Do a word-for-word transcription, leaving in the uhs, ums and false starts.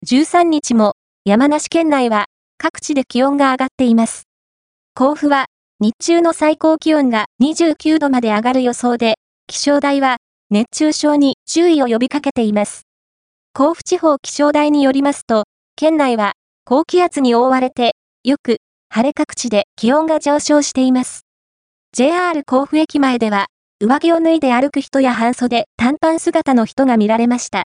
じゅうさんにちも山梨県内は各地で気温が上がっています。甲府は日中の最高気温がにじゅうきゅうどまで上がる予想で、気象台は熱中症に注意を呼びかけています。甲府地方気象台によりますと、県内は高気圧に覆われて、よく晴れ各地で気温が上昇しています。ジェイアール 甲府駅前では、上着を脱いで歩く人や半袖、短パン姿の人が見られました。